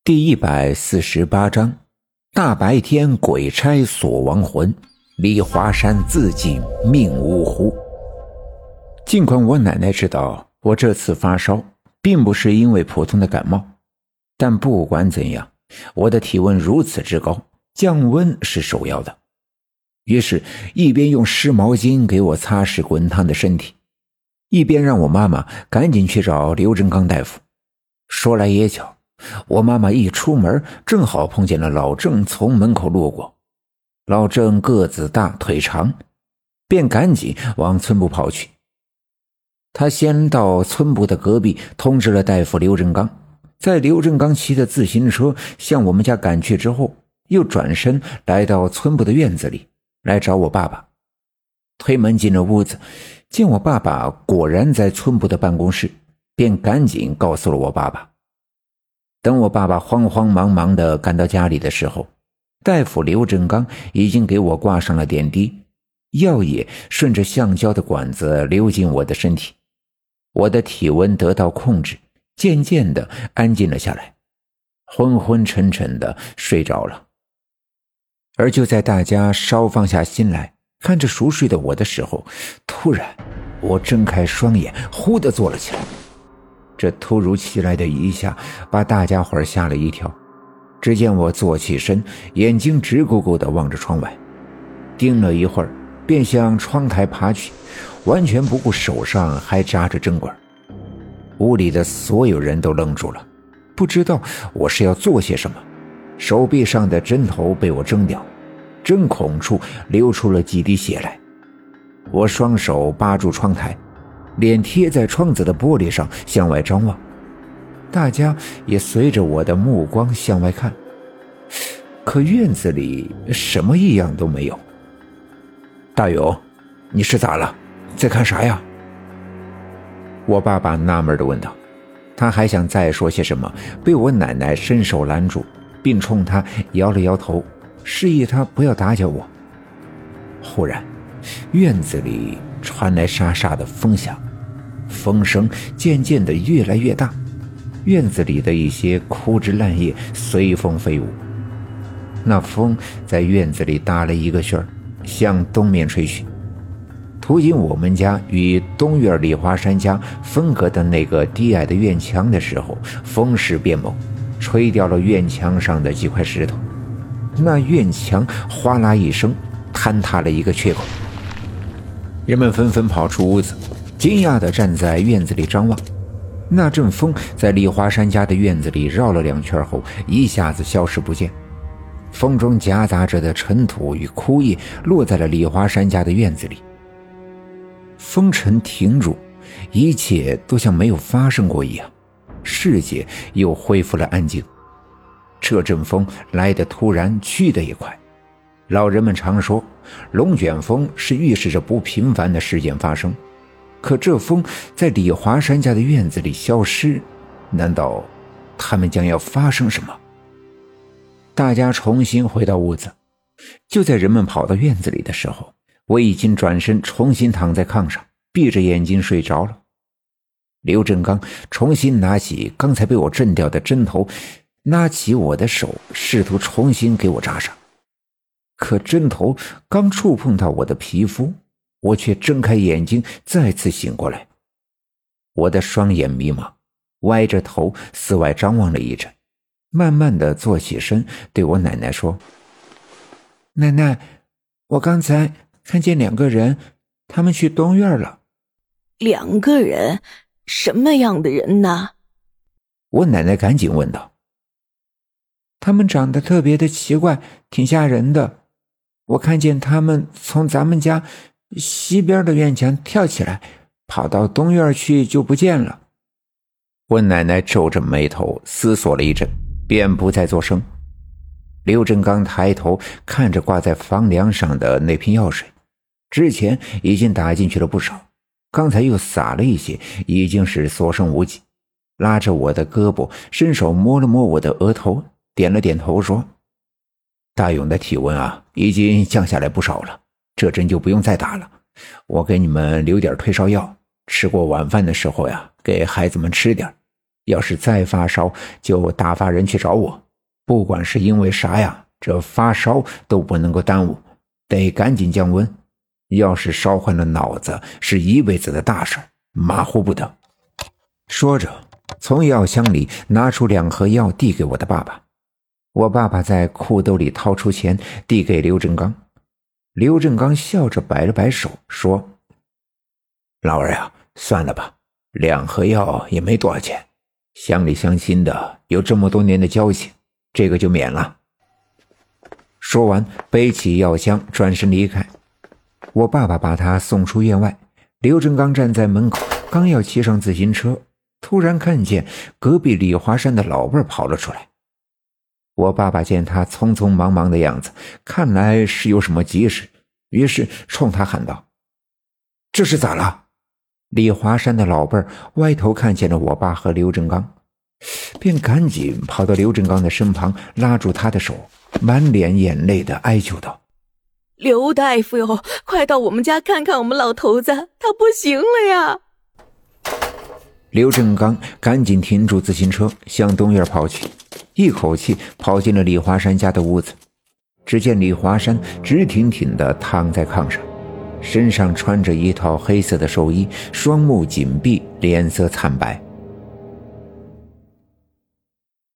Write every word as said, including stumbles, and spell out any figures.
第一百四十八章，大白天鬼差锁亡魂，梨花山自尽命呜呼。尽管我奶奶知道我这次发烧并不是因为普通的感冒，但不管怎样，我的体温如此之高，降温是首要的。于是一边用湿毛巾给我擦拭滚烫的身体，一边让我妈妈赶紧去找刘振刚大夫。说来也巧，我妈妈一出门正好碰见了老郑从门口路过。老郑个子大腿长，便赶紧往村部跑去。他先到村部的隔壁通知了大夫刘振刚，在刘振刚骑的自行车向我们家赶去之后，又转身来到村部的院子里来找我爸爸。推门进了屋子，见我爸爸果然在村部的办公室，便赶紧告诉了我爸爸。等我爸爸慌慌忙忙地赶到家里的时候，大夫刘振刚已经给我挂上了点滴，药液顺着橡胶的管子流进我的身体，我的体温得到控制，渐渐地安静了下来，昏昏沉沉地睡着了。而就在大家稍放下心来看着熟睡的我的时候，突然我睁开双眼，忽地坐了起来。这突如其来的一下把大家伙吓了一跳。只见我坐起身，眼睛直勾勾地望着窗外，盯了一会儿便向窗台爬去，完全不顾手上还扎着针管。屋里的所有人都愣住了，不知道我是要做些什么。手臂上的针头被我挣掉，针孔处流出了几滴血来。我双手扒住窗台，脸贴在窗子的玻璃上向外张望，大家也随着我的目光向外看，可院子里什么异样都没有。大勇，你是咋了？在看啥呀？我爸爸纳闷地问道。他还想再说些什么，被我奶奶伸手拦住，并冲他摇了摇头，示意他不要打搅我。忽然院子里传来沙沙的风响，风声渐渐地越来越大，院子里的一些枯枝烂叶随风飞舞。那风在院子里打了一个旋儿，向东面吹去。途经我们家与东院梨花山家分隔的那个低矮的院墙的时候，风势变猛，吹掉了院墙上的几块石头。那院墙哗啦一声坍塌了一个缺口。人们纷纷跑出屋子，惊讶地站在院子里张望。那阵风在梨花山家的院子里绕了两圈后，一下子消失不见。风中夹杂着的尘土与枯叶落在了梨花山家的院子里。风尘停住，一切都像没有发生过一样，世界又恢复了安静。这阵风来得突然，去得也快。老人们常说，龙卷风是预示着不平凡的事件发生，可这风在梨花山家的院子里消失，难道他们将要发生什么？大家重新回到屋子，就在人们跑到院子里的时候，我已经转身重新躺在炕上，闭着眼睛睡着了。刘振刚重新拿起刚才被我震掉的针头，拿起我的手，试图重新给我扎上。可针头刚触碰到我的皮肤，我却睁开眼睛再次醒过来。我的双眼迷茫，歪着头四外张望了一阵，慢慢地坐起身，对我奶奶说：奶奶，我刚才看见两个人，他们去东院了。 两个人？什么样的人呢？ 我奶奶赶紧问道。 他们长得特别的奇怪，挺吓人的。我看见他们从咱们家西边的院墙跳起来，跑到东院去就不见了。 我奶奶皱着眉头思索了一阵，便不再作声。刘振刚抬头看着挂在房梁上的那瓶药水，之前已经打进去了不少，刚才又洒了一些，已经是所剩无几。拉着我的胳膊，伸手摸了摸我的额头，点了点头说：大勇的体温啊，已经降下来不少了，这针就不用再打了。我给你们留点退烧药，吃过晚饭的时候呀，给孩子们吃点。 要是再发烧，就打发人去找我。不管是因为啥呀，这发烧都不能够耽误，得赶紧降温。要是烧坏了脑子，是一辈子的大事，马虎不得。”说着，从药箱里拿出两盒药递给我的爸爸。我爸爸在裤兜里掏出钱递给刘振刚。刘振刚笑着摆了摆手说：“老儿呀，算了吧，两盒药也没多少钱，乡里乡亲的，有这么多年的交情，这个就免了。”说完背起药箱转身离开。我爸爸把他送出院外，刘振刚站在门口，刚要骑上自行车，突然看见隔壁李华山的老辈儿跑了出来。我爸爸见他匆匆忙忙的样子，看来是有什么急事，于是冲他喊道：“这是咋了？”李华山的老辈儿歪头看见了我爸和刘振刚，便赶紧跑到刘振刚的身旁，拉住他的手，满脸眼泪的哀求道：“ 刘大夫哟，快到我们家看看我们老头子，他不行了呀！” 刘振刚赶紧停住自行车，向东院跑去，一口气跑进了李华山家的屋子。只见李华山直挺挺地躺在炕上，身上穿着一套黑色的寿衣，双目紧闭，脸色惨白。